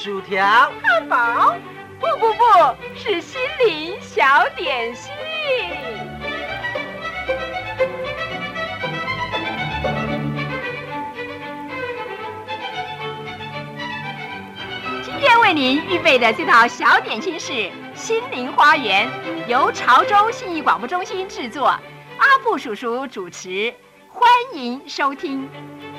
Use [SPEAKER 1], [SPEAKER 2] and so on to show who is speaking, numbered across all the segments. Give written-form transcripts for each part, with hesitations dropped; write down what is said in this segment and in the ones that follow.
[SPEAKER 1] 薯条、
[SPEAKER 2] 汉堡，不，是心灵小点心。今天为您预备的这道小点心是心灵花园，由潮州信义广播中心制作，阿布叔叔主持，欢迎收听。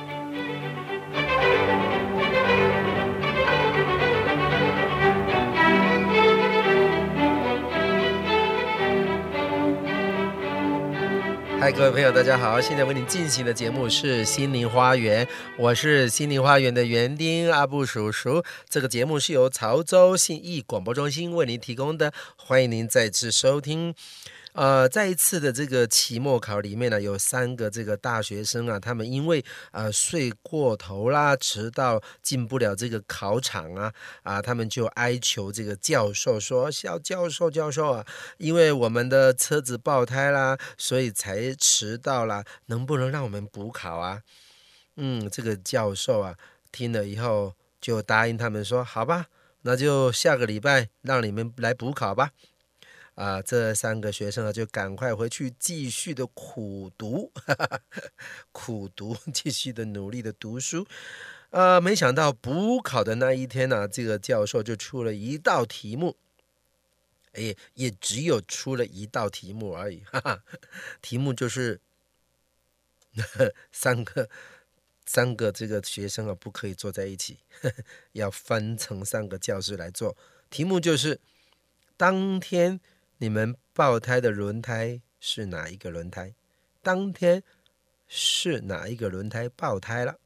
[SPEAKER 3] 嗨，各位朋友，大家好！现在为您进行的节目是心灵花园，我是心灵花园的园丁阿布叔叔。这个节目是由潮州信义广播中心为您提供的，欢迎您再次收听。在一次的这个期末考里面呢，有3个这个大学生啊，他们因为睡过头啦，迟到进不了这个考场啊，他们就哀求这个教授说：教授啊，因为我们的车子爆胎啦，所以才迟到啦，能不能让我们补考啊？这个教授啊，听了以后就答应他们说：好吧，那就下个礼拜让你们来补考吧。这3个学生啊，就赶快回去继续的苦读，继续的努力的读书。没想到补考的那一天呢，这个教授就出了一道题目，也只有出了一道题目而已，题目就是三个这个学生啊不可以坐在一起，要分成3个教室来做。题目就是当天你们爆胎的轮胎是哪一个轮胎？当天是哪一个轮胎爆胎了？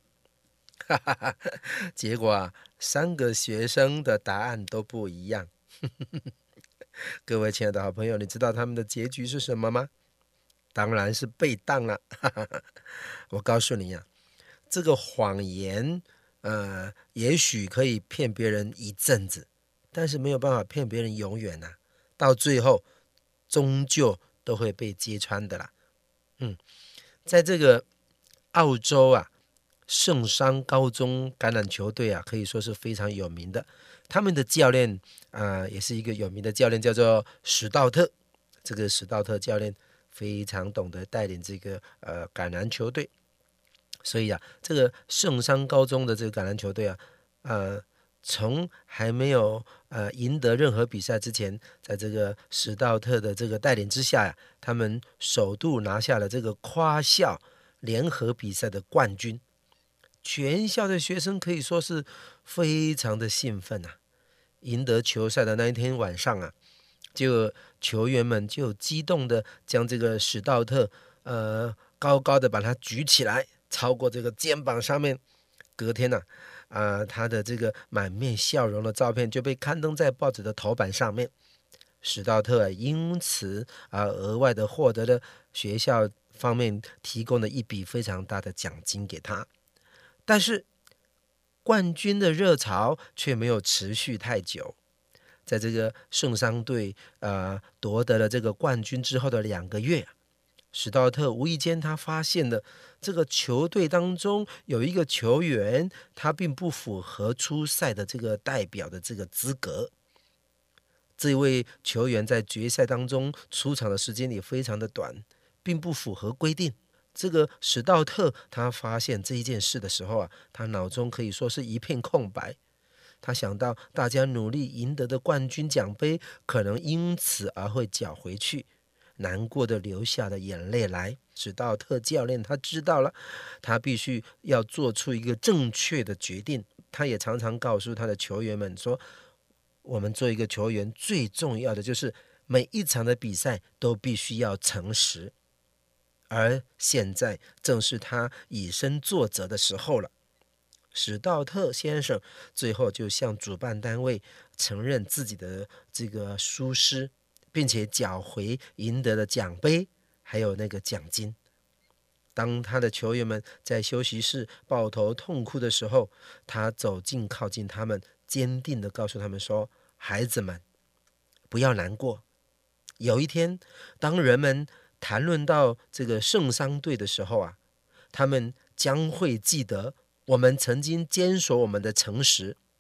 [SPEAKER 3] 结果3个学生的答案都不一样。各位亲爱的好朋友，你知道他们的结局是什么吗？当然是被当了。我告诉你这个谎言也许可以骗别人一阵子，但是没有办法骗别人永远到最后终究都会被揭穿的啦。在这个澳洲圣桑高中橄榄球队可以说是非常有名的，他们的教练也是一个有名的教练，叫做史道特。这个史道特教练非常懂得带领这个橄榄球队，所以这个圣桑高中的这个橄榄球队从还没有赢得任何比赛之前，在这个史道特的这个带领之下他们首度拿下了这个跨校联合比赛的冠军。全校的学生可以说是非常的兴奋赢得球赛的那一天晚上就球员们就激动的将这个史道特高高的把它举起来，超过这个肩膀上面。隔天他的这个满面笑容的照片就被刊登在报纸的头版上面。史道特因此额外的获得了学校方面提供的一笔非常大的奖金给他。但是冠军的热潮却没有持续太久。在这个圣桑队夺得了这个冠军之后的2个月，史道特无意间他发现了这个球队当中有一个球员，他并不符合出赛的这个代表的这个资格。这位球员在决赛当中出场的时间也非常的短，并不符合规定。这个史道特他发现这一件事的时候他脑中可以说是一片空白。他想到大家努力赢得的冠军奖杯可能因此而会缴回去，难过的流下了眼泪来。史道特教练他知道了，他必须要做出一个正确的决定。他也常常告诉他的球员们说，我们做一个球员最重要的就是每一场的比赛都必须要诚实。而现在正是他以身作则的时候了。史道特先生最后就向主办单位承认自己的这个疏失，并且缴回赢得的奖杯还有那个奖金。当他的球员们在休息室抱头痛哭的时候，他走近靠近他们，坚定地告诉他们说，孩子们不要难过，有一天当人们谈论到这个圣桑队的时候他们将会记得我们曾经坚守我们的诚实，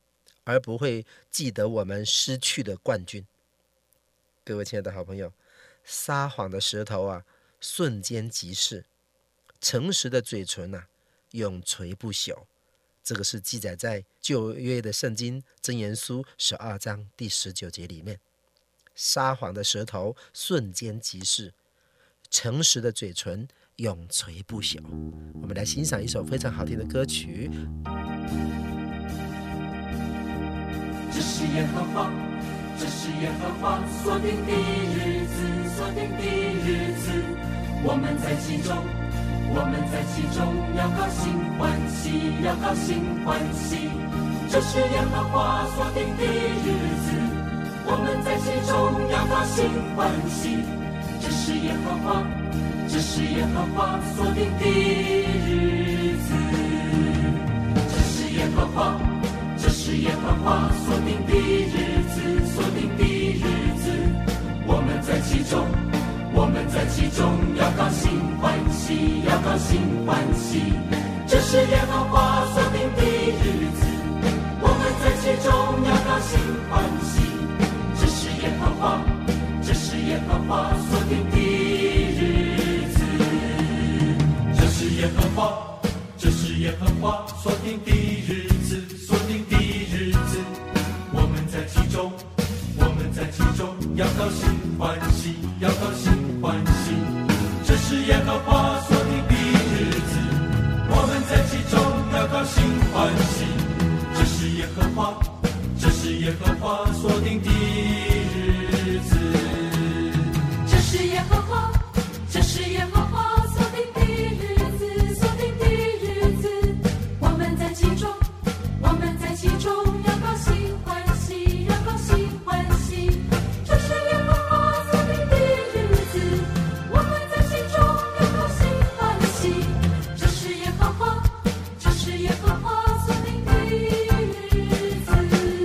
[SPEAKER 3] 而不会记得我们失去的冠军。各位亲爱的好朋友，撒谎的舌头啊，瞬间即逝；诚实的嘴唇啊，永垂不朽。这个是记载在旧约的圣经箴言书12章第19节里面。撒谎的舌头瞬间即逝，诚实的嘴唇永垂不朽。我们来欣赏一首非常好听的歌曲。
[SPEAKER 1] 这是耶和华，这是耶和华所定的日子，所定的日子，我们在其中，我们在其中要高兴欢喜，要高兴欢喜。这是耶和华所定的日子，我们在其中要高兴欢喜。这是耶和华，这是耶和华所定的日子，这是耶和华，这是耶和华所定的日子，所定的日子，我们在其中，我们在其中要高兴欢喜，要高兴欢喜。这是耶和华所定的日子，我们在其中要高兴欢喜。这是耶和华，这是耶和华所定的日子，这是耶和华，这是耶和华所定的日子，所定的日子，我们在其中，我们在其中要高兴欢喜，要高兴欢喜。这是耶和华所定的日子，我们在其中要高兴欢喜。这是耶和华，这是耶和华所定的日子，这是耶和华，这是耶和华所定的日子，所定的日子，我们在其中，我们在其中要高兴欢喜，要高兴欢喜。这是耶和华所定的日子，我们在其中要高兴欢喜。这是耶和华，这是耶和华所定的日子。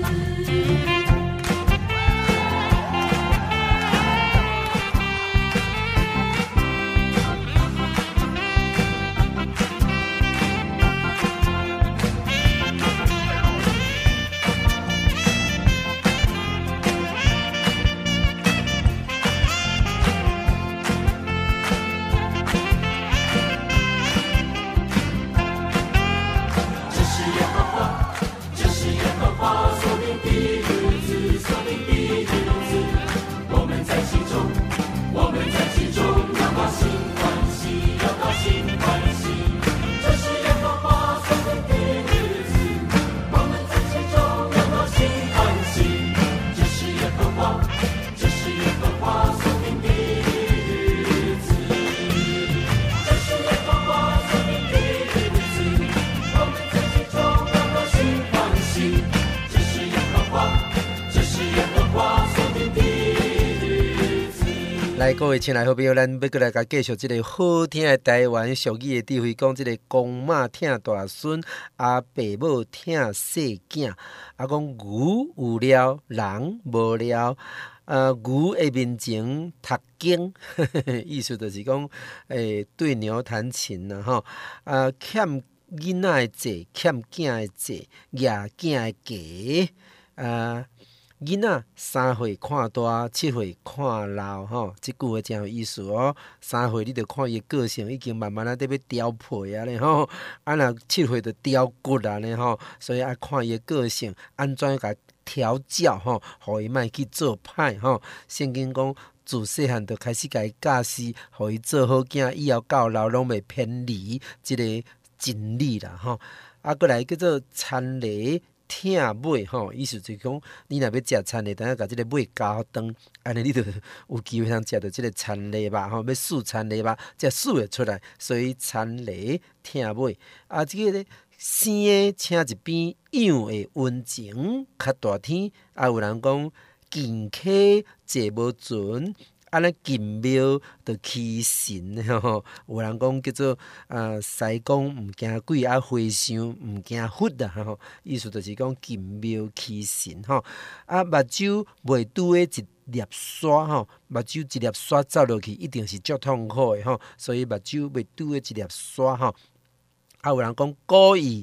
[SPEAKER 1] 这是耶和华，这是耶和华所定的日子，所定的日子，我们在其中，我们在其中要高兴欢喜，要高兴欢喜。这是耶和华所定的日子，我们在其中要高兴欢喜。这是耶和华，这是耶和华所定的日子，这是耶和华所定的日子，我们在其中要高兴欢喜。这是耶和华，这是耶和华所定的日子。
[SPEAKER 3] 来，各位亲爱好朋友，咱要过来甲继续这个好听的台湾俗语的智慧，讲这个公妈疼大孙，阿爸母疼细囝。啊，讲牛有了，人无了。牛的面前读经，意思就是讲，对牛弹琴啦吼。欠囡仔的债，欠囝的债，额囝的价。囡仔3岁看大，7岁看老吼，即句话真有意思哦。3岁你着看伊个性已经慢慢在要雕皮啊咧吼，若7岁就雕骨啊咧吼，所以爱看伊个性安怎甲调教吼，互伊莫去做歹吼。圣经讲自细汉就开始甲伊教示，互伊做好囝，以后到老拢袂偏离即个真理啦吼。过来叫做田螺疼尾吼，意思就是讲，你若要食田螺，等下甲即个尾加长，安尼你就有机会通食到即个田螺肉吼。要试田螺肉，才试会出来，所以田螺疼尾。即个咧生的请一边，养的温情较大天。有人讲近溪坐无船，安尼近庙就欺神吼。有人讲叫做西讲毋惊鬼，和尚毋惊佛啦吼。意思就是讲近庙欺神吼。目睭袂拄的一粒沙吼，目睭一粒沙走落去，一定是足痛苦的吼。所以目睭袂拄的一粒沙吼。有人讲故意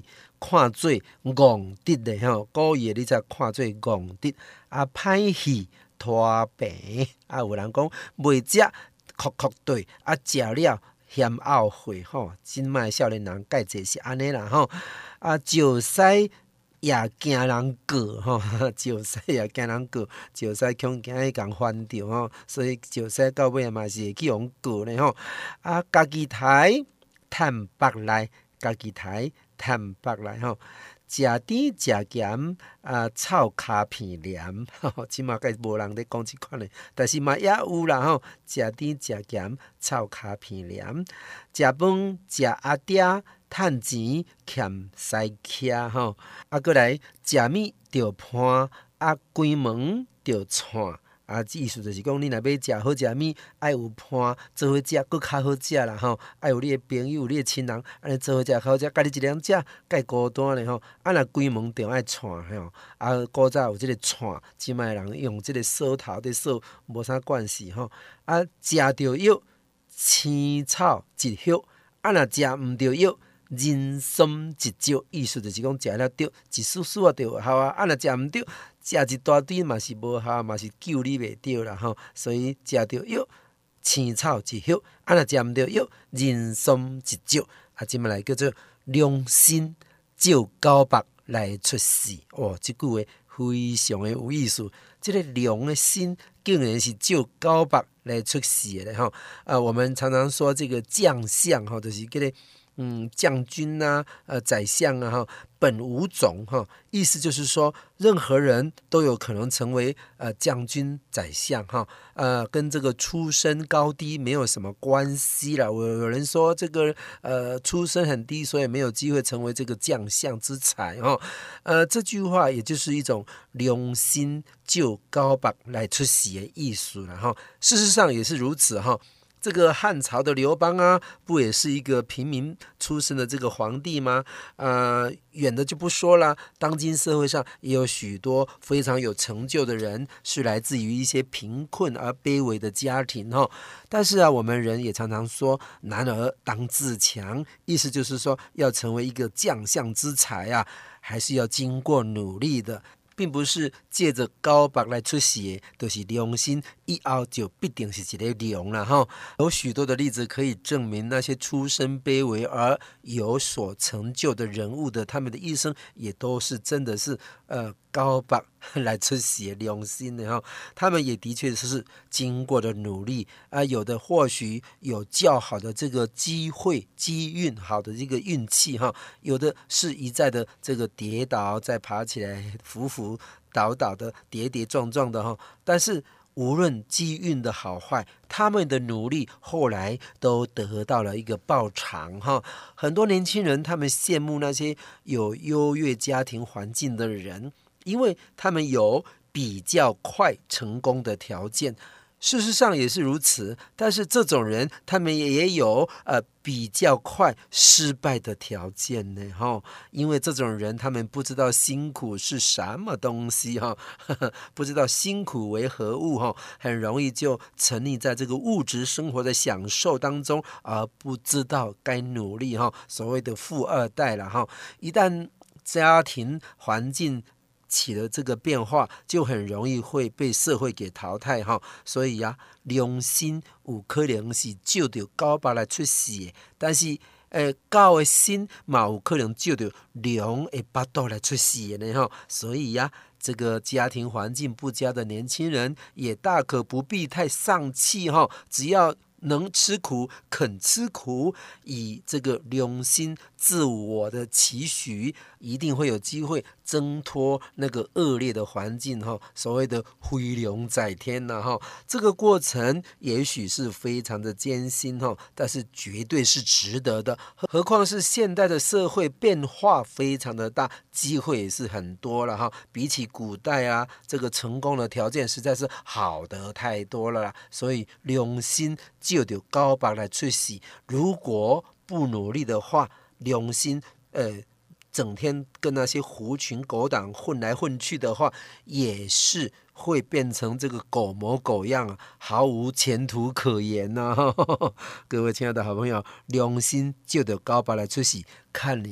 [SPEAKER 3] 看做戇直的吼，古语你才看做戇直，啊歹戏拖病，啊有人讲袂食哭哭对，啊食了嫌懊悔吼。今卖少年人介济是安尼啦吼，啊石狮也惊人过吼，石狮也惊人过，石狮恐惊伊共翻着吼，所以石狮到尾嘛是会去互过咧吼。啊家己刣趁腹内，家己刣趁腹内吼。食甜食咸啊，臭骹片黏，即马个无人咧讲即款的，但是嘛也有啦吼。食甜食咸，臭骹片黏，食饭食阿爹，趁钱欠西徛吼。啊，过来食米着伴，啊关门着串。啊，意思就是讲，你若要食好食物，爱有伴做伙食，搁较好食啦吼。爱有你的朋友、有你的亲人，安尼做伙食较好食。家己一人食，介孤单咧吼。啊，若关门着爱串吼。啊，古早有即个串，即摆人用即个锁头咧锁，无啥关系吼。啊，食着药，青草一叶；啊，若食毋着药，人参一招。意思就是讲，食了着一丝丝啊就有效啊。啊，若食毋着，食一大堆嘛是无效，嘛是救你袂着啦吼。所以食着药，青草一叶；啊，若食毋着药，人参一招。啊，即摆来叫做良心照狗目来出世。哦，即句话非常的有意思。这个良的心竟然是照狗目来出世的吼。我们常常说这个将相吼，就是这个将军啊，宰相啊，哈，本无种哈，意思就是说，任何人都有可能成为将军、宰相哈，跟这个出身高低没有什么关系啦。有人说这个出身很低，所以没有机会成为这个将相之才哈。这句话也就是一种良心照狗目来出世的意思了哈。事实上也是如此哈。这个汉朝的刘邦啊，不也是一个平民出身的这个皇帝吗？远的就不说了，当今社会上也有许多非常有成就的人，是来自于一些贫困而卑微的家庭哈。但是啊，我们人也常常说“男儿当自强”，意思就是说，要成为一个将相之才啊，还是要经过努力的。并不是借着狗目来出世的，就是良心以后就必定是一个良啦哈。有许多的例子可以证明，那些出身卑微而有所成就的人物的，他们的一生也都是真的是狗目来出世的良心的哈。他们也的确是经过的努力啊，有的或许有较好的这个机会、机运，好的这个运气哈，有的是一再的这个跌倒再爬起来，浮浮倒倒的跌跌撞撞的哈，但是无论机运的好坏，他们的努力后来都得到了一个报偿哈。很多年轻人他们羡慕那些有优越家庭环境的人，因为他们有比较快成功的条件。事实上也是如此，但是这种人他们也有比较快失败的条件呢哈，因为这种人他们不知道辛苦是什么东西哈，不知道辛苦为何物哈，很容易就沉溺在这个物质生活的享受当中，而不知道该努力哈，所谓的富二代了哈，一旦家庭环境起了这个变化，就很容易会被社会给淘汰哈。所以啊，良心有可能是照着狗目来出世的，但是狗的心嘛有可能照着良的巴肚来出世的呢哈。所以呀，这个家庭环境不佳的年轻人也大可不必太丧气哈，只要能吃苦，肯吃苦，以这个良心自我的期许，一定会有机会挣脱那个恶劣的环境哈。所谓的飞龙在天呐哈，这个过程也许是非常的艰辛哈，但是绝对是值得的。何况是现代的社会变化非常的大，机会也是很多了哈。比起古代啊，这个成功的条件实在是好得太多了啦。所以良心照着狗目来出世，如果不努力的话，良心整天跟那些狐群狗党混来混去的话，也是会变成这个狗模狗样啊，毫无前途可言呐、各位亲爱的好朋友，良心照着狗目来出世，看你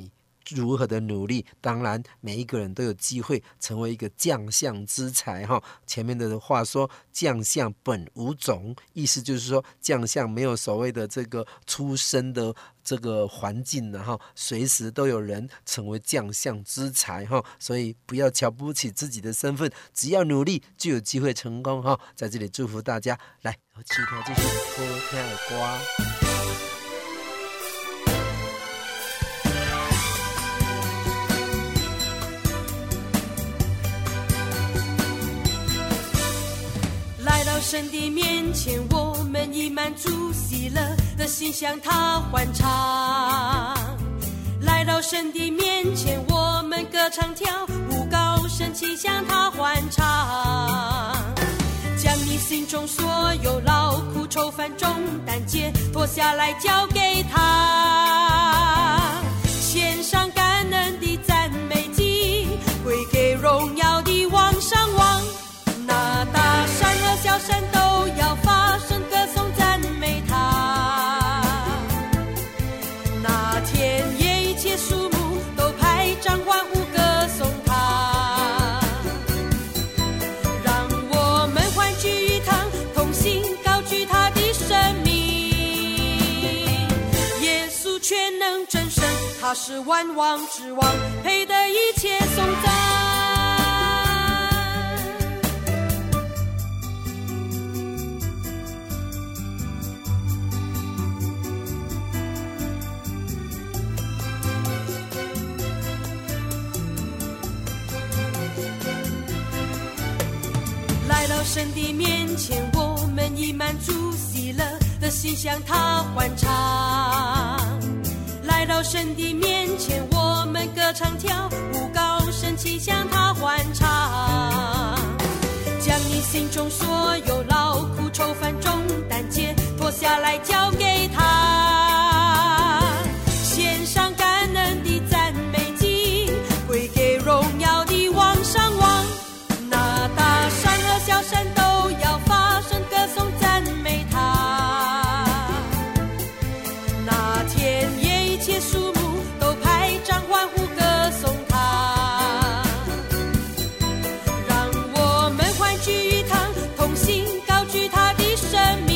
[SPEAKER 3] 如何的努力，当然每一个人都有机会成为一个将相之才哈。前面的话说将相本无种，意思就是说将相没有所谓的这个出身的这个环境哈，随时都有人成为将相之才哈，所以不要瞧不起自己的身份，只要努力就有机会成功哈。在这里祝福大家，来，继续听好听的歌。
[SPEAKER 4] 来到神的面前，我们以满足喜乐的心向他欢唱。来到神的面前，我们歌唱跳舞高声齐向他欢唱。将你心中所有劳苦愁烦重担解脱下来交给他，献上感恩的赞美祭，归给荣耀的王上王。那大山和小山都要发声歌颂赞美他，那田野一切树木都拍掌欢呼歌颂他。让我们欢聚一堂，同心高举他的生命。耶稣全能真神，他是万王之王，配得一切颂赞。来到神的面前，我们以满足喜乐的心向他欢唱。来到神的面前，我们歌唱跳舞高声齐向他欢唱。将你心中所有劳苦愁烦重担解脱下来交给他，献上感恩的赞美祭，归给荣耀的王上王。那大山和小山都要发声歌颂赞美他，那田野一切树木都拍掌欢呼歌颂他。让我们欢聚一堂，同心高举他的生命。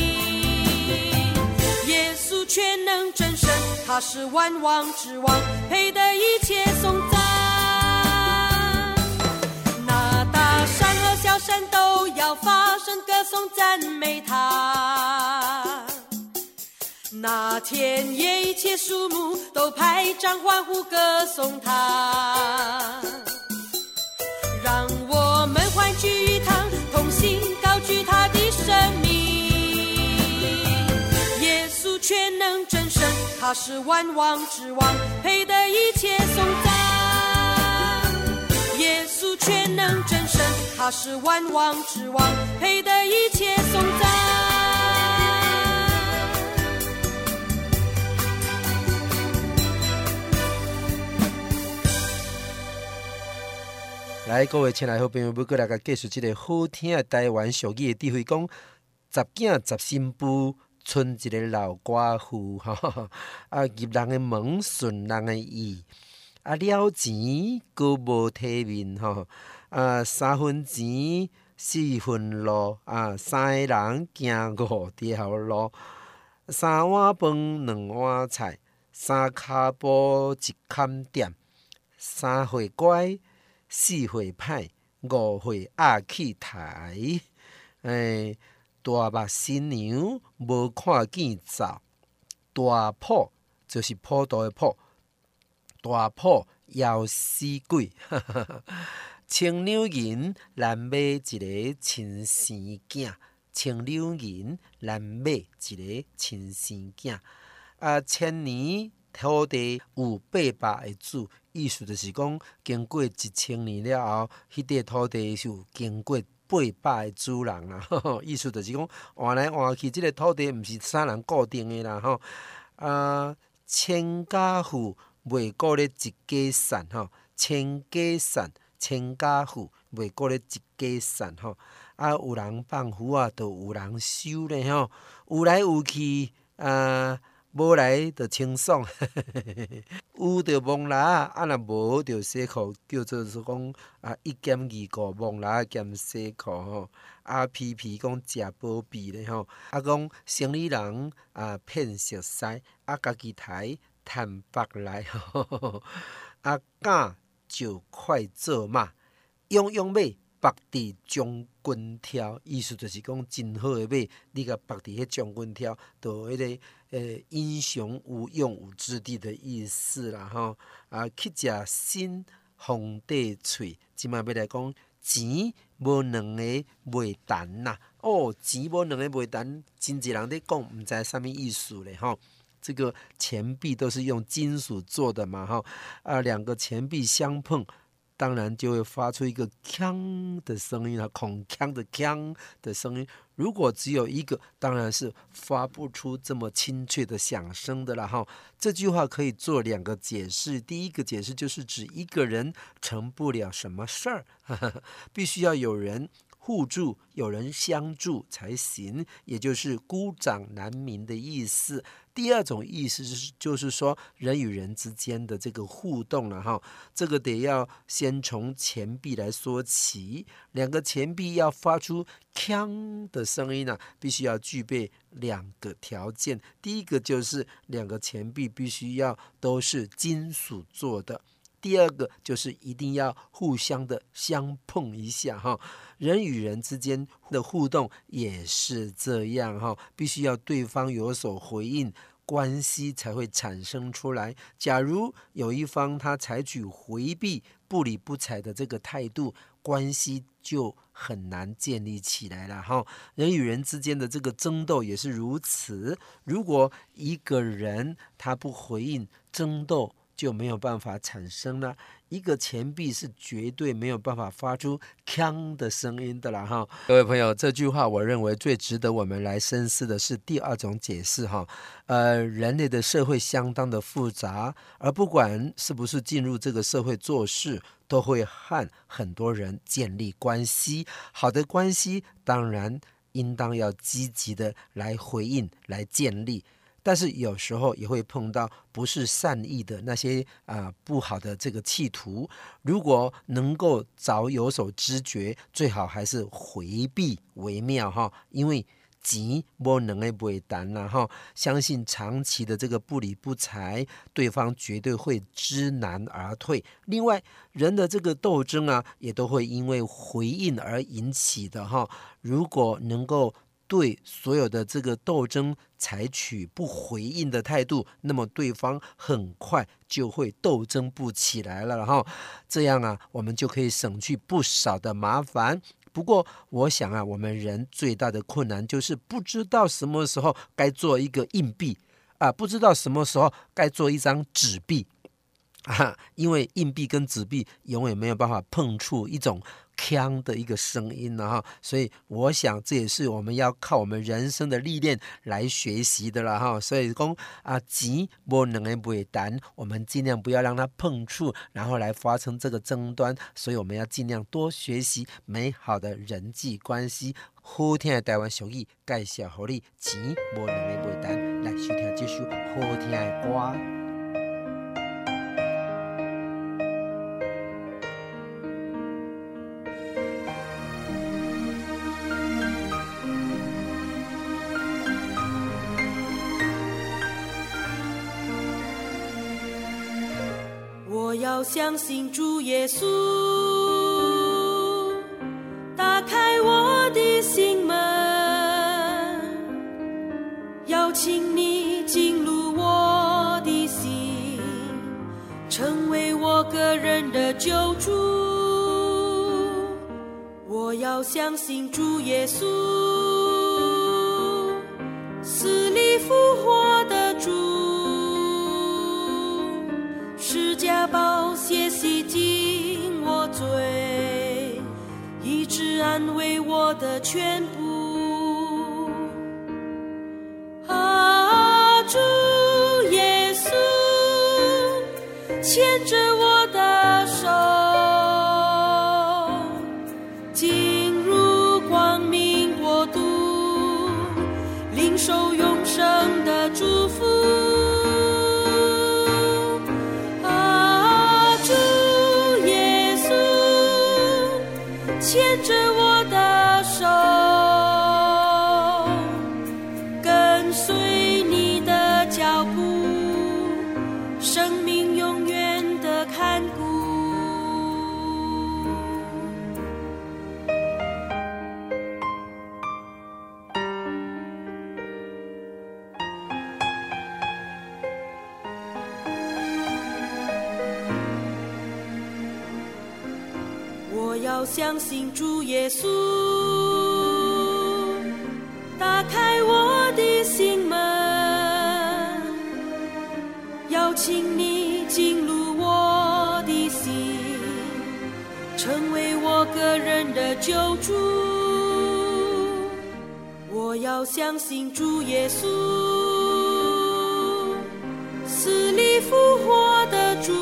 [SPEAKER 4] 耶稣全能真神，他是万王之王，配得一切颂赞。山和小山都要发声歌颂赞美他，那田野一切树木都拍掌欢呼歌颂他。让我们欢聚一堂，同心高举他的生命。耶稣全能真神，他是万王之王，配得一切颂赞。耶稣全能真神，他是万王之王，配得一切颂赞。
[SPEAKER 3] 来，各位亲爱好朋友，要过来甲继续这个好听的台湾俗语的智慧，讲十囝十新妇，剩一个老寡妇。啊，入人的门，顺人的意。啊，了钱阁无体面吼，三分钱四分路，三个人行五条路，三碗饭两碗菜，三骹步一坎店，三岁乖，四岁歹，五岁压起台。大目新娘无看见走，大埔就是普渡的埔。大埔枵死鬼，青柳银难买一个亲生囝，青柳银难买一个亲生囝。千年土地有800个主，意思就是讲，经过1000年了后，迄块土地是有经过800个主人啦。意思就是讲，换来换去，即个土地毋是啥人固定的啦。千家户。袂过咧一家散吼，千家散，千家户，袂过咧一家散吼。有人放虎就有人收咧吼，有来有去， 无来就清爽，有就蒙拉，若无就洗裤，叫做是讲1减2个蒙拉减洗裤吼。皮皮讲食保庇咧吼，讲生理人骗熟悉，家己台趁北来吼，敢就快做嘛，用马绑伫将军条，意思就是讲真好的马，你甲绑伫迄将军条，就迄个英雄无用武之地的意思啦吼。去食新皇帝喙，即摆要来讲钱无两个袂谈呐。钱无两个袂谈，真侪人咧讲，毋知啥物意思咧吼。这个钱币都是用金属做的嘛哈，两个钱币相碰，当然就会发出一个锵的声音啊，孔锵的锵的声音。如果只有一个，当然是发不出这么清脆的响声的了哈。这句话可以做2个解释。第一个解释就是指一个人成不了什么事儿，必须要有人互助，有人相助才行，也就是孤掌难鸣的意思。第二种意思就是说人与人之间的这个互动了哈，这个得要先从钱币来说起。2个钱币要发出锵的声音必须要具备2个条件。第一个就是2个钱币必须要都是金属做的。第二个就是一定要互相的相碰一下哈，人与人之间的互动也是这样哈，必须要对方有所回应，关系才会产生出来。假如有一方他采取回避、不理不睬的这个态度，关系就很难建立起来了哈。人与人之间的这个争斗也是如此，如果一个人他不回应，争斗就没有办法产生了。1个钱币是绝对没有办法发出锵的声音的啦哈。各位朋友，这句话我认为最值得我们来深思的是第2种解释哈。人类的社会相当的复杂，而不管是不是进入这个社会做事，都会和很多人建立关系。好的关系当然应当要积极的来回应、来建立。但是有时候也会碰到不是善意的那些不好的这个企图，如果能够早有所知觉，最好还是回避为妙哈，因为钱没两个袂谈啦哈，相信长期的这个不理不睬，对方绝对会知难而退。另外，人的这个斗争也都会因为回应而引起的哈，如果能够对所有的这个斗争采取不回应的态度，那么对方很快就会斗争不起来了哈。这样我们就可以省去不少的麻烦。不过我想我们人最大的困难就是不知道什么时候该做一个硬币不知道什么时候该做一张纸币因为硬币跟纸币永远没有办法碰触一种锵的一个声音了哈，所以我想这也是我们要靠我们人生的历练来学习的了哈。所以讲钱没两个袂谈，我们尽量不要让它碰触，然后来发生这个争端。所以我们要尽量多学习美好的人际关系。好听的台湾俗语介绍给你，钱没两个袂谈。来收听这首好听的歌。
[SPEAKER 4] 我要相信主耶稣，打开我的心门，邀请你进入我的心，成为我个人的救主。我要相信主耶稣，死里复活的主，十架宝血洗净我罪，医治安慰我的全部。主耶稣牵着我的手，进入光明国度，领受永生的祝福。 要相信主耶稣，打开我的心门，邀请你进入我的心，成为我个人的救主。我要相信主耶稣，死里复活的主，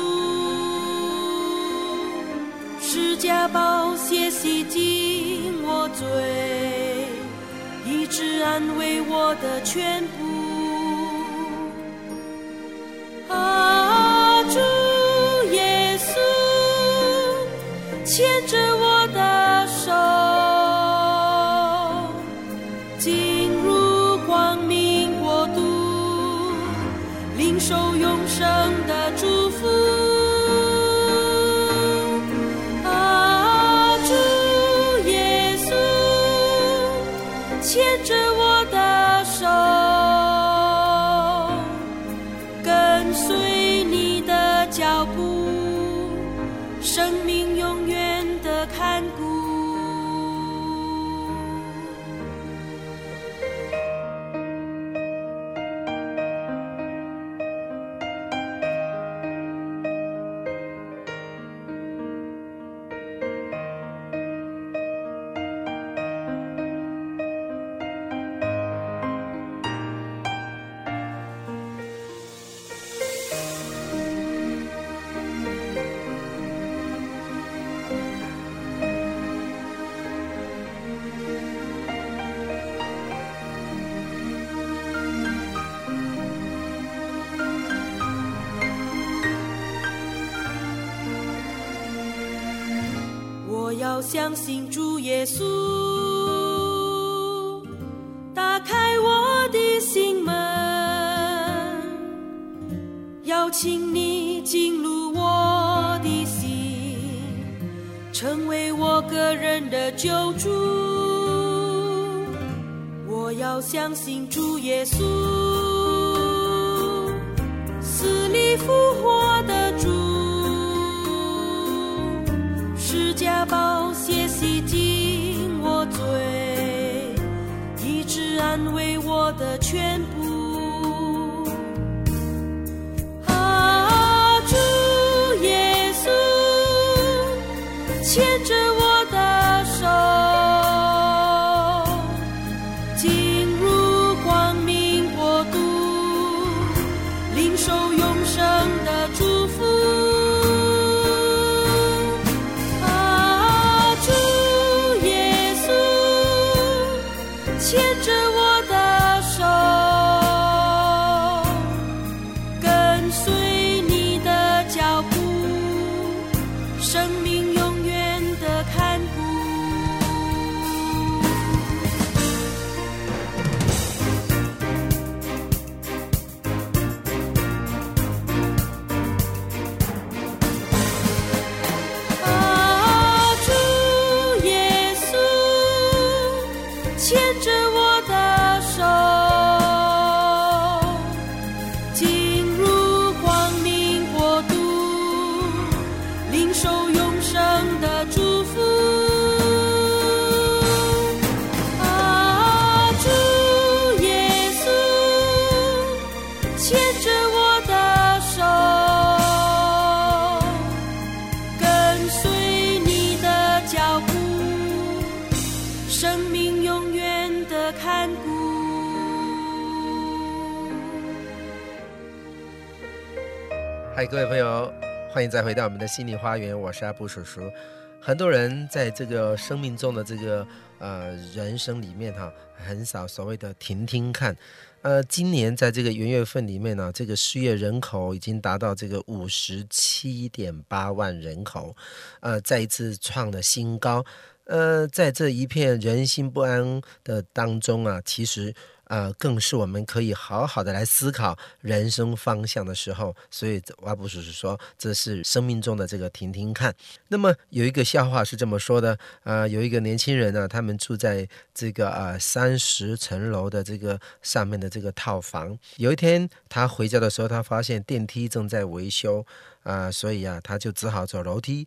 [SPEAKER 4] 十架宝血洗净我罪，医治安慰我的全部。啊，主耶稣，牵着我的手，进入光明国度，领受永生的祝福。啊，主耶稣，牵着我的手，跟随你的脚步，生命永远的看顾。我要相信主耶稣，打开我的心门，邀请你进入我的心，成为我个人的救主。我要相信主耶稣，死里复活的主，十架宝血洗净我罪，医治安慰我的全部。啊，主耶稣，牵着我的手，进入光明国度，领受永生的祝福。牵着我的手，跟随你的脚步，生命永远的看顾。啊，主耶稣，牵着我的手，进入光明国度，领受永生的祝福。啊，主耶稣，牵着我的手，跟随你的脚步，生命永远的看顾。
[SPEAKER 3] 嗨，各位朋友，欢迎再回到我们的心灵花园，我是阿布叔叔。很多人在这个生命中的这个人生里面很少所谓的停停看。今年在这个元月份里面呢，这个失业人口已经达到这个57.8万人口，再一次创了新高。在这一片人心不安的当中啊，其实更是我们可以好好的来思考人生方向的时候。所以阿布叔叔说，这是生命中的这个停停看。那么有一个笑话是这么说的，有一个年轻人呢，他们住在这个30层楼的这个上面的这个套房。有一天他回家的时候，他发现电梯正在维修，所以他就只好走楼梯。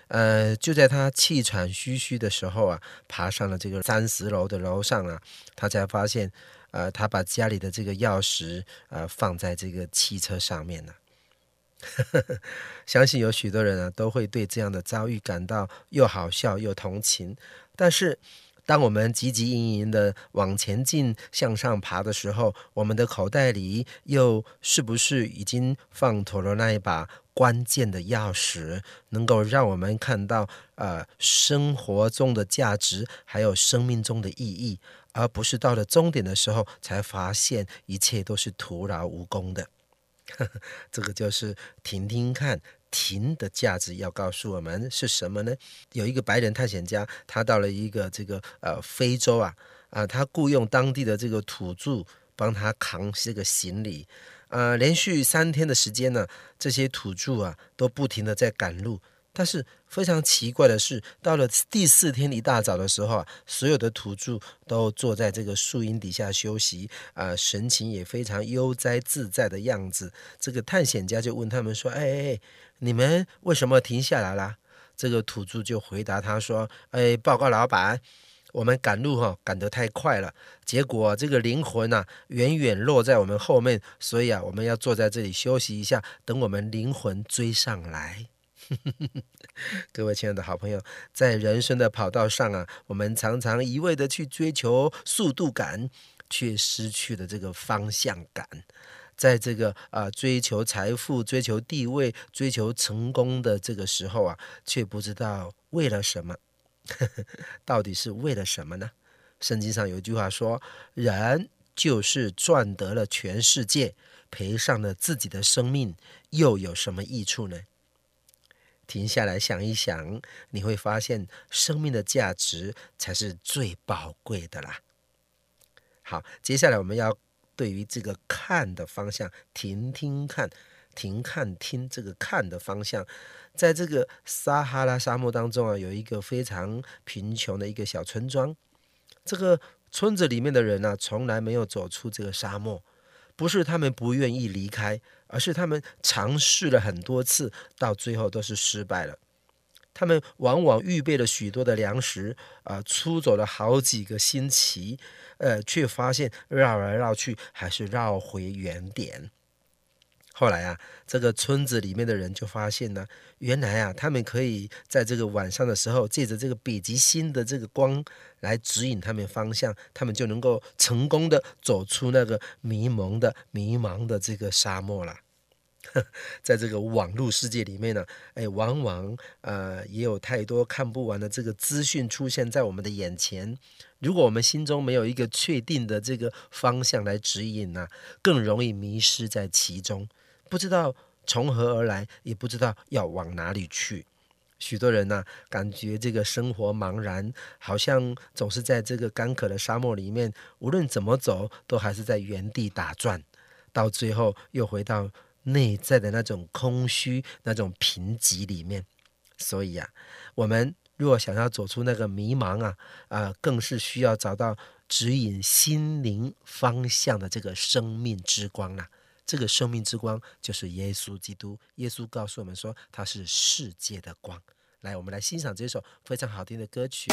[SPEAKER 3] 就在他气喘吁吁的时候啊，爬上了这个30楼的楼上啊，他才发现他把家里的这个钥匙放在这个汽车上面了。相信有许多人啊都会对这样的遭遇感到又好笑又同情，但是当我们汲汲营营的往前进向上爬的时候，我们的口袋里又是不是已经放妥了那一把关键的钥匙，能够让我们看到生活中的价值还有生命中的意义，而不是到了终点的时候才发现一切都是徒劳无功的。这个就是听听看，停的价值要告诉我们是什么呢？有一个白人探险家，他到了一个非洲他雇佣当地的这个土著帮他扛这个行李，连续3天的时间呢，这些土著都不停的在赶路。但是非常奇怪的是，到了第4天一大早的时候所有的土著都坐在这个树荫底下休息，神情也非常悠哉自在的样子。这个探险家就问他们说：你们为什么停下来啦？这个土著就回答他说：报告老板，我们赶路赶得太快了，结果这个灵魂远远落在我们后面，所以我们要坐在这里休息一下，等我们灵魂追上来。各位亲爱的好朋友，在人生的跑道上我们常常一味的去追求速度感，却失去了这个方向感。在这个追求财富、追求地位、追求成功的这个时候却不知道为了什么。到底是为了什么呢？圣经上有一句话说，人就是赚得了全世界，赔上了自己的生命，又有什么益处呢？停下来想一想，你会发现生命的价值才是最宝贵的啦。好，接下来我们要对于这个看的方向，停听看，停看听，这个看的方向，在这个撒哈拉沙漠当中有一个非常贫穷的一个小村庄。这个村子里面的人从来没有走出这个沙漠，不是他们不愿意离开，而是他们尝试了很多次，到最后都是失败了。他们往往预备了许多的粮食，出走了好几个星期，却发现绕来绕去还是绕回原点。后来这个村子里面的人就发现呢，原来他们可以在这个晚上的时候，借着这个北极星的这个光来指引他们方向，他们就能够成功的走出那个迷茫的这个沙漠了。在这个网络世界里面呢，往往也有太多看不完的这个资讯出现在我们的眼前。如果我们心中没有一个确定的这个方向来指引更容易迷失在其中，不知道从何而来，也不知道要往哪里去。许多人感觉这个生活茫然，好像总是在这个干渴的沙漠里面，无论怎么走都还是在原地打转，到最后又回到内在的那种空虚、那种贫瘠里面。所以我们如果想要走出那个迷茫更是需要找到指引心灵方向的这个生命之光啦。这个生命之光就是耶稣基督。耶稣告诉我们说，他是世界的光。来，我们来欣赏这首非常好听的歌曲。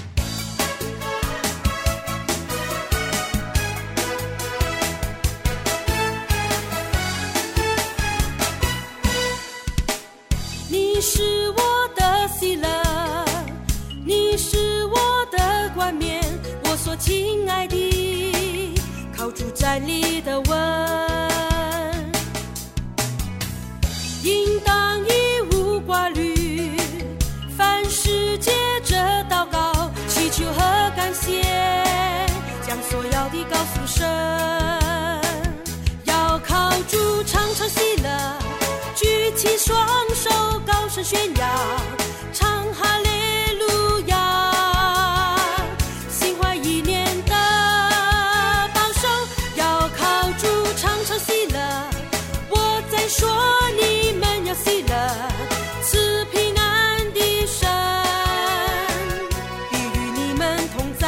[SPEAKER 4] 你是我的喜乐，你是我的冠冕，我所亲爱的，靠主站立的稳，应当一无挂虑，凡事借着祷告，祈求和感谢，将所要的告诉神，要靠主常常喜乐，举起双手高声宣扬，唱哈利路亚，心怀意念的保守，要靠主常常喜乐。我在说你们要喜乐，赐平安的神必与你们同在。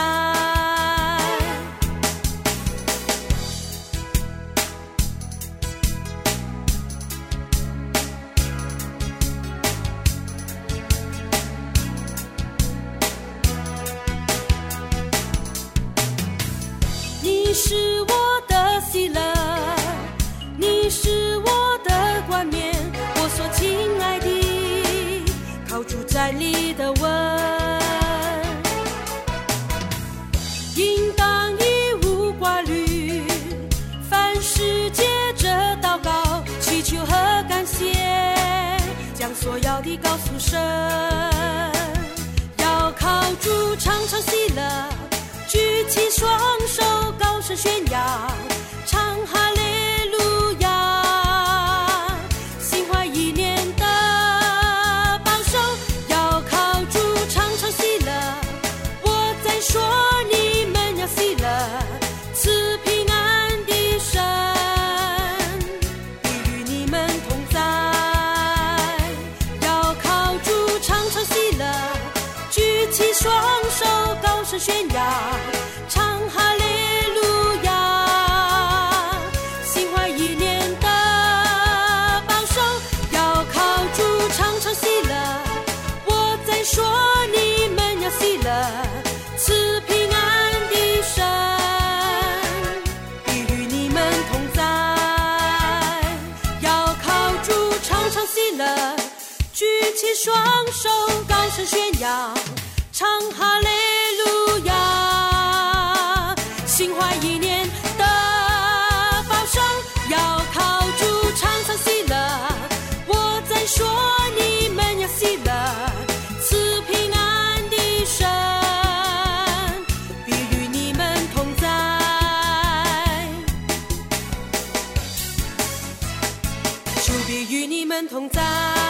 [SPEAKER 4] 告诉神，要靠主常常喜乐，举起双手高声宣扬，唱哈利路亚，心怀意念的保守，要靠主常常喜乐。我在说你们要喜乐，赐平安的神必与你们同在，要靠主常常喜乐，举起双手高声宣扬，唱哈利路亚，心怀意念的保守，要靠主常常喜乐。我在说你们要喜乐，赐平安的神必与你们同在，要靠主常常喜乐，举起双手高声宣扬，唱哈利路亚，心怀意念的保守，要靠主常常喜乐。我在说你们要喜乐，赐平安的神必与你们同在，主必与你们同在。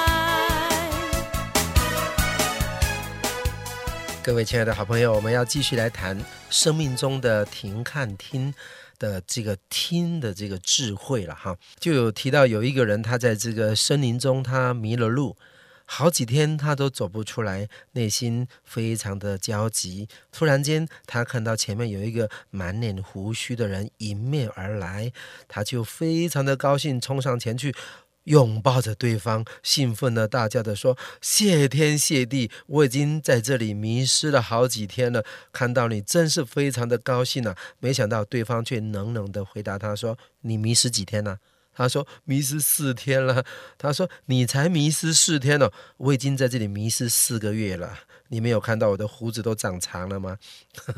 [SPEAKER 3] 各位亲爱的好朋友，我们要继续来谈生命中的停看听的这个听的这个智慧了哈。就有提到有一个人，他在这个森林中他迷了路，好几天他都走不出来，内心非常的焦急。突然间他看到前面有一个满脸胡须的人迎面而来，他就非常的高兴，冲上前去拥抱着对方，兴奋的大叫的说，谢天谢地，我已经在这里迷失了好几天了，看到你真是非常的高兴啊。没想到对方却冷冷的回答他说，你迷失几天了？他说迷失4天了。他说你才迷失4天了，我已经在这里迷失4个月了，你没有看到我的胡子都长长了吗？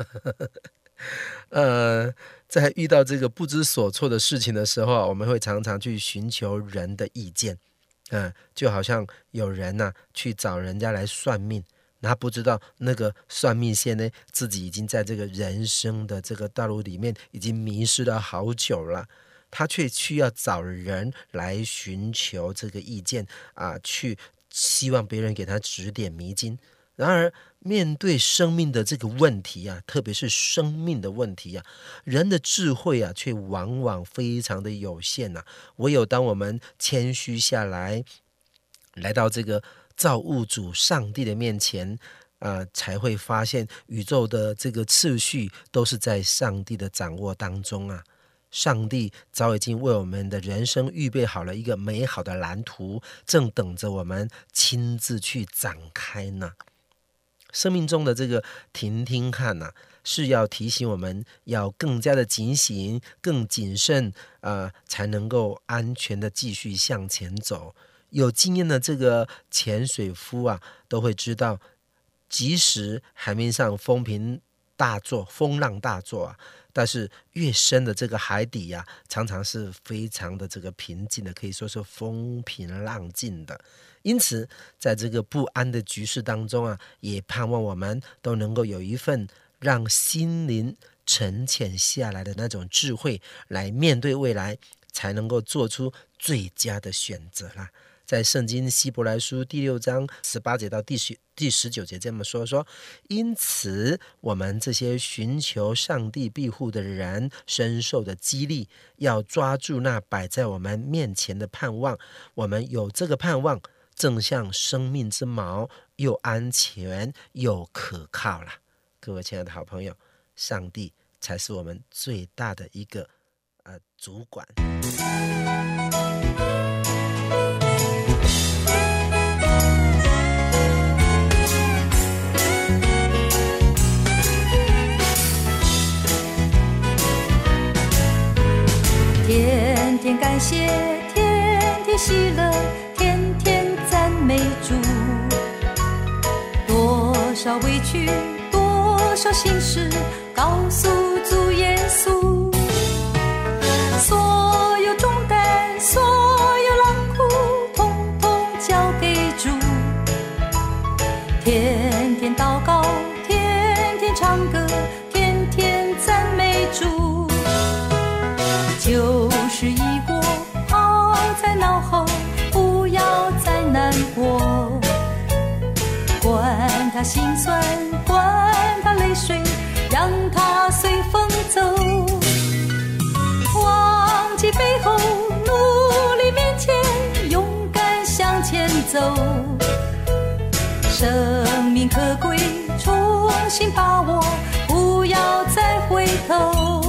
[SPEAKER 3] 在遇到这个不知所措的事情的时候，我们会常常去寻求人的意见，就好像有人去找人家来算命，他不知道那个算命先呢，自己已经在这个人生的这个道路里面已经迷失了好久了，他却需要找人来寻求这个意见去希望别人给他指点迷津。然而面对生命的这个问题特别是生命的问题人的智慧却往往非常的有限唯有当我们谦虚下来，来到这个造物主上帝的面前才会发现宇宙的这个次序都是在上帝的掌握当中上帝早已经为我们的人生预备好了一个美好的蓝图，正等着我们亲自去展开呢。生命中的这个停听看是要提醒我们要更加的警醒，更谨慎才能够安全的继续向前走。有经验的这个潜水夫都会知道，即使海面上风浪大作但是越深的这个海底常常是非常的这个平静的，可以说是风平浪静的。因此在这个不安的局势当中也盼望我们都能够有一份让心灵沉潜下来的那种智慧，来面对未来，才能够做出最佳的选择啦。在圣经希伯来书第6章18节到第19节这么说，因此我们这些寻求上帝庇护的人深受的激励，要抓住那摆在我们面前的盼望。我们有这个盼望，正像生命之锚，又安全又可靠了。各位亲爱的好朋友，上帝才是我们最大的一个主管。
[SPEAKER 5] 天天感谢，天天喜乐，天天赞美主。多少委屈，多少心事，告诉主耶稣。所有重担，所有劳苦，统统交给主。 旧事已过，抛在脑后，不要再难过。管他心酸，管他泪水，让它随风走。忘记背后，努力面前，勇敢向前走。生命可贵，重新把握，不要再回头。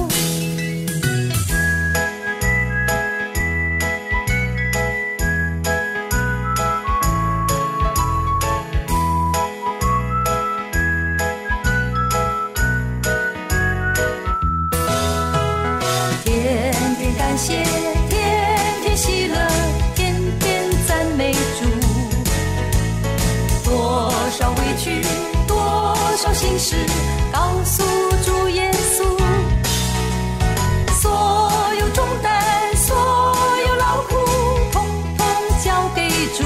[SPEAKER 5] 天天感谢，天天喜乐，天天赞美主。多少委屈，多少心事，告诉主耶稣。所有重担，所有劳苦，统统交给主。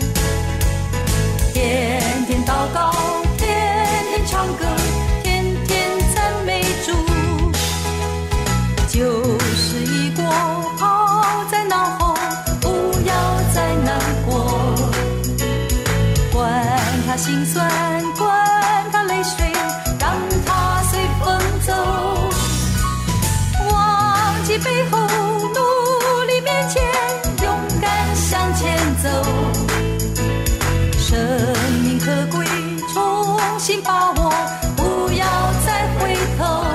[SPEAKER 5] 天天祷告，天天唱歌，天天赞美主。旧事已过，抛在脑后，不要再难过。管他心酸，管他泪水，让它随风走。忘记背后，努力面前，勇敢向前走。生命可贵，重新把握，不要再回头。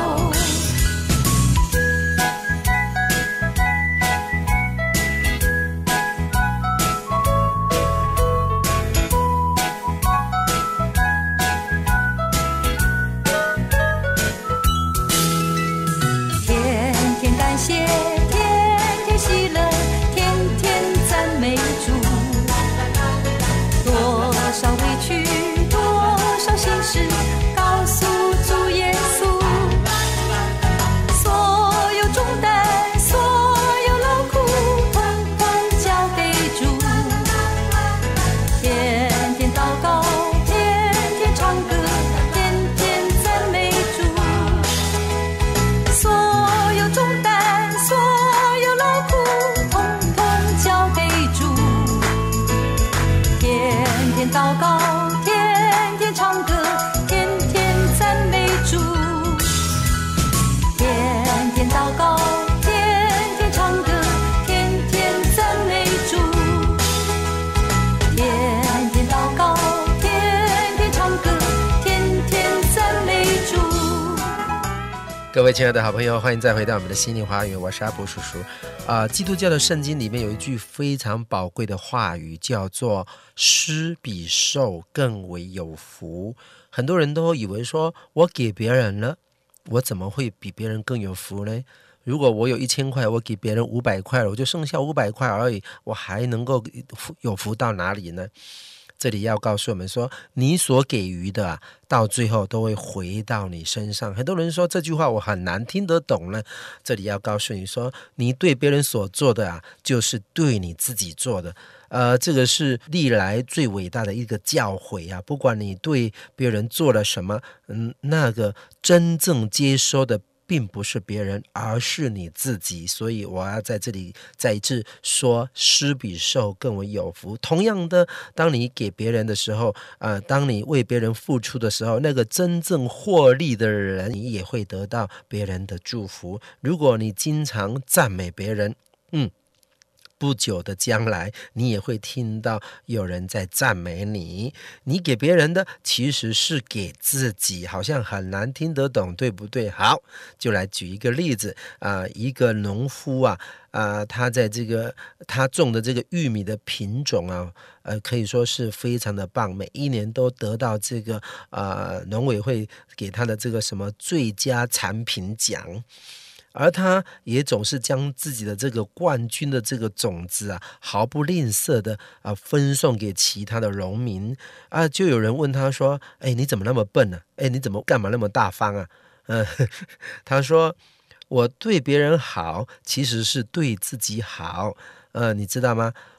[SPEAKER 3] 各位亲爱的好朋友，欢迎再回到我们的心灵花园，我是阿伯叔叔。基督教的圣经里面有一句非常宝贵的话语，叫做施比受更为有福。很多人都以为说，我给别人了，我怎么会比别人更有福呢？如果我有1000块，我给别人500块了，我就剩下500块而已，我还能够有福到哪里呢？这里要告诉我们说，你所给予的到最后都会回到你身上。很多人说这句话我很难听得懂了，这里要告诉你说，你对别人所做的就是对你自己做的。这个是历来最伟大的一个教诲不管你对别人做了什么，那个真正接收的并不是别人，而是你自己。所以我要在这里再一次说，施比受更为有福。同样的，当你给别人的时候，当你为别人付出的时候，那个真正获利的人，你也会得到别人的祝福。如果你经常赞美别人，不久的将来你也会听到有人在赞美你。你给别人的其实是给自己，好像很难听得懂，对不对？好，就来举一个例子一个农夫他在他种的这个玉米的品种可以说是非常的棒，每一年都得到这个农委会给他的这个什么最佳产品奖。而他也总是将自己的这个冠军的这个种子毫不吝啬的分送给其他的农民就有人问他说，你怎么那么笨呢？你怎么干嘛那么大方他说，我对别人好其实是对自己好你知道吗？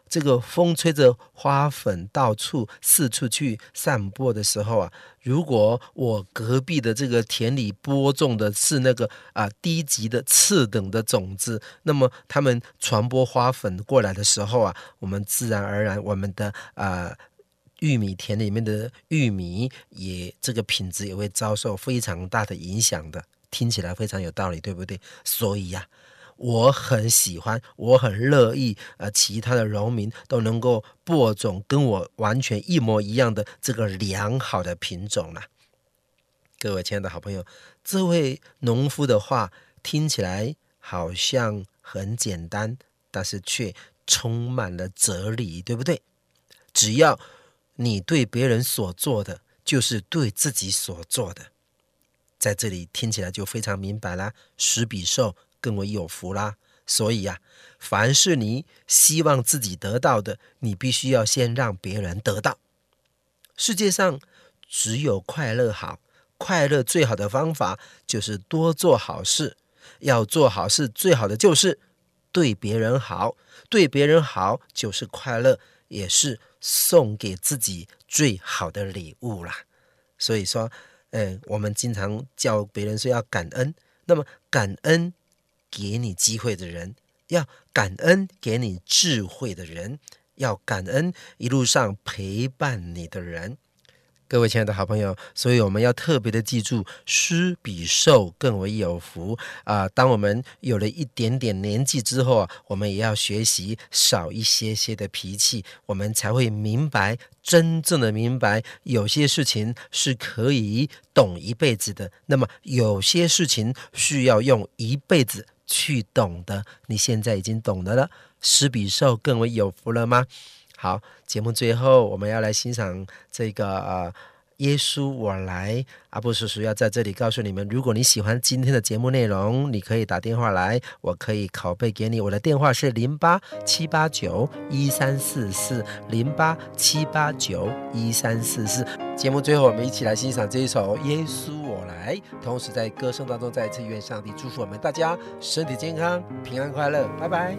[SPEAKER 3] 这个风吹着花粉到处四处去散播的时候啊，如果我隔壁的这个田里播种的是那个低级的次等的种子，那么他们传播花粉过来的时候啊，我们自然而然我们的玉米田里面的玉米也这个品质也会遭受非常大的影响的。听起来非常有道理，对不对？所以呀，我很喜欢，我很乐意其他的农民都能够播种跟我完全一模一样的这个良好的品种啦。各位亲爱的好朋友，这位农夫的话听起来好像很简单，但是却充满了哲理，对不对？只要你对别人所做的，就是对自己所做的。在这里听起来就非常明白啦，施比受更为有福啦。所以凡是你希望自己得到的，你必须要先让别人得到。世界上只有快乐好，快乐最好的方法就是多做好事。要做好事，最好的就是对别人好，对别人好就是快乐，也是送给自己最好的礼物啦。所以说我们经常叫别人说要感恩，那么感恩给你机会的人，要感恩给你智慧的人，要感恩一路上陪伴你的人。各位亲爱的好朋友，所以我们要特别的记住，施比受更为有福当我们有了一点点年纪之后我们也要学习少一些些的脾气，我们才会明白，真正的明白，有些事情是可以懂一辈子的，那么有些事情需要用一辈子去懂的。你现在已经懂得了，施比受更为有福了吗？好，节目最后我们要来欣赏这个耶稣我来。阿布叔叔要在这里告诉你们，如果你喜欢今天的节目内容，你可以打电话来，我可以拷贝给你。我的电话是08-789-1344 08-789-1344。节目最后我们一起来欣赏这一首耶稣我来，同时在歌声当中再一次愿上帝祝福我们大家身体健康，平安快乐，拜拜。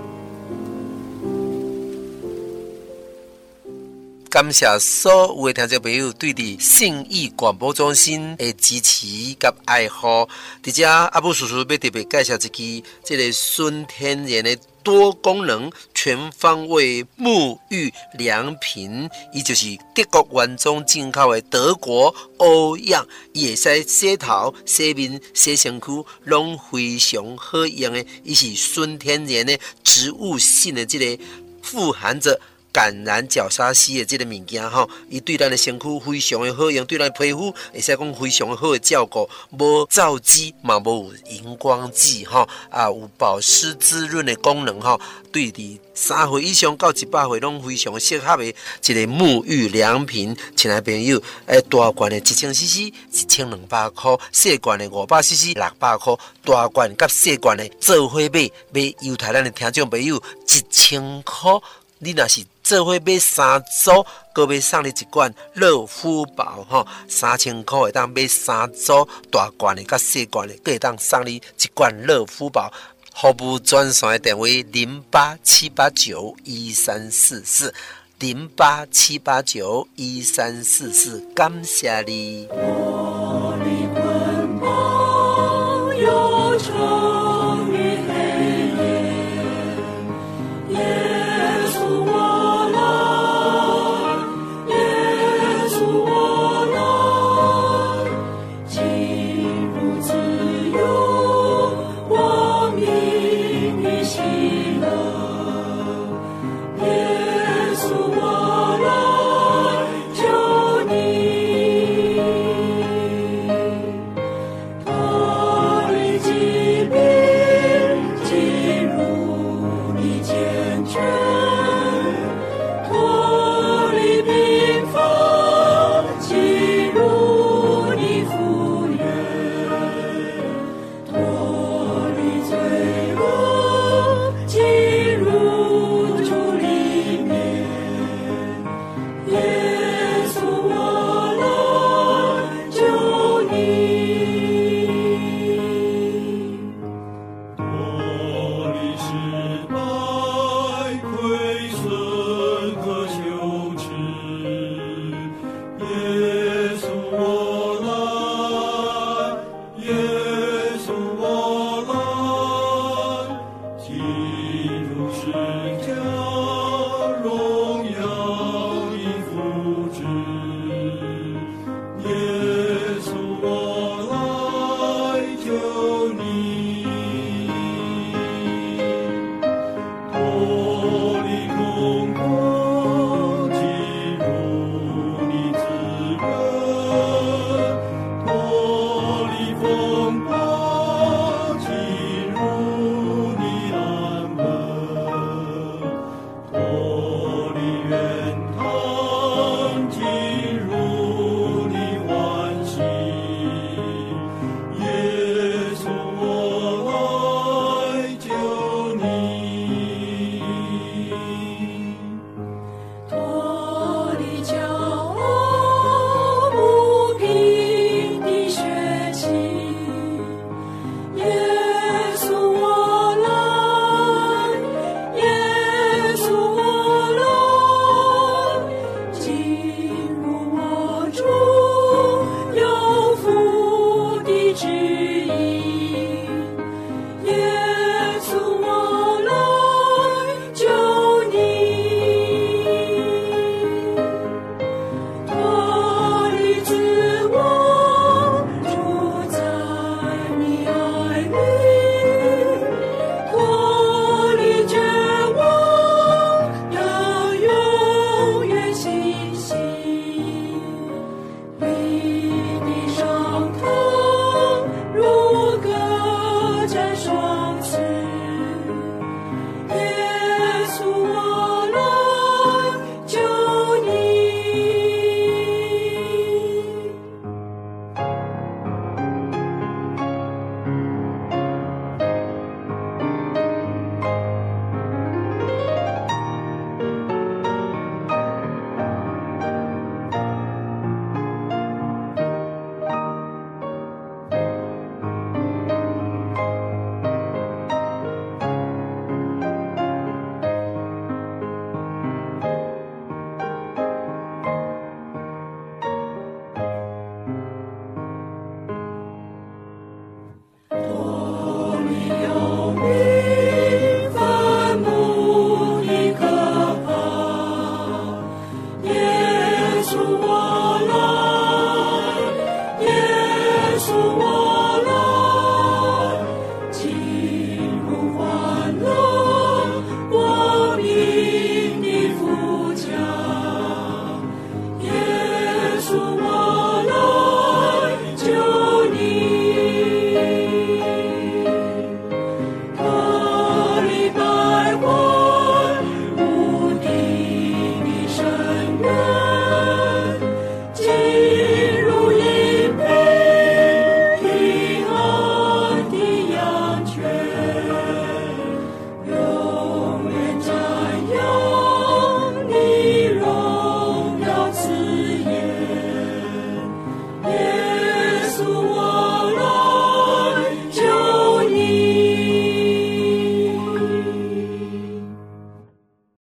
[SPEAKER 3] 感谢所有的听众朋友对的信义广播中心的支持和爱护。在这阿布叔叔要特别介绍一支这个纯天然的多功能全方位沐浴良品，伊就是德国原装进口的德国欧漾，伊会使洗头、洗面、洗身躯，拢非常好用的。伊是纯天然的植物性的这个富含着橄榄角鲨烯的这个物件伊对咱的身躯非常的好用，对咱的皮肤会使讲非常的好的照顾，无皂基嘛，无荧光剂有保湿滋润的功能对伫3岁以上到100岁拢非常适合的一个沐浴良品。亲爱朋友，大罐的1000cc 1200块，小罐的500cc 600块，大罐甲小罐的做伙买优待咱的听众朋友1000块。你若是做伙买3组，搁要送你一罐热敷宝，3000块会当买3组，大罐的甲小罐的，搁会当送你一罐热敷宝。服务专线的电话08-789-1344 08-789-1344，感谢你。